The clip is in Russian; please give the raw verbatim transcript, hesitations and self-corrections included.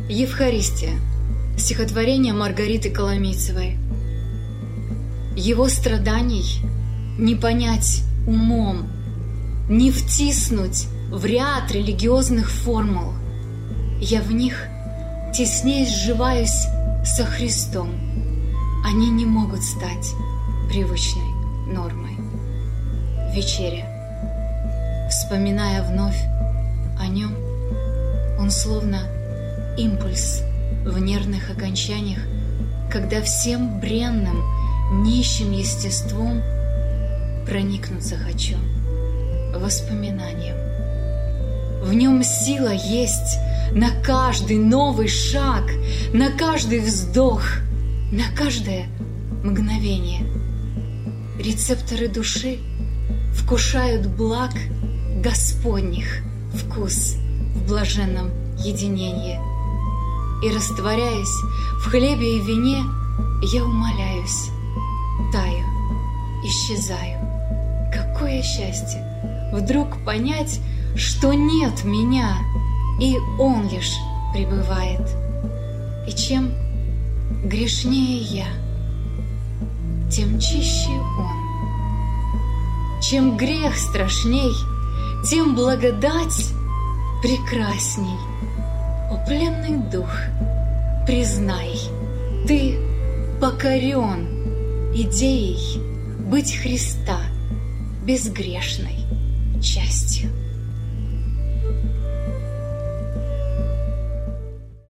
Евхаристия. Стихотворение Маргариты Коломийцевой. Его страданий не понять умом, не втиснуть в ряд религиозных формул. Я в них теснее сживаюсь со Христом. Они не могут стать привычной нормой. Вечеря. Вспоминая вновь о нем, он словно импульс в нервных окончаниях, когда всем бренным, нищим естеством проникнуться хочу воспоминанием. В нем сила есть на каждый новый шаг, на каждый вздох, на каждое мгновение. Рецепторы души вкушают благ Господних вкус в блаженном единении. И, растворяясь в хлебе и вине, я умоляюсь, таю, исчезаю. Какое счастье вдруг понять, что нет меня, и Он лишь пребывает. И чем грешнее я, тем чище Он. Чем грех страшней, тем благодать прекрасней. О, пленный дух, признай, ты покорен идеей быть Христа безгрешной частью.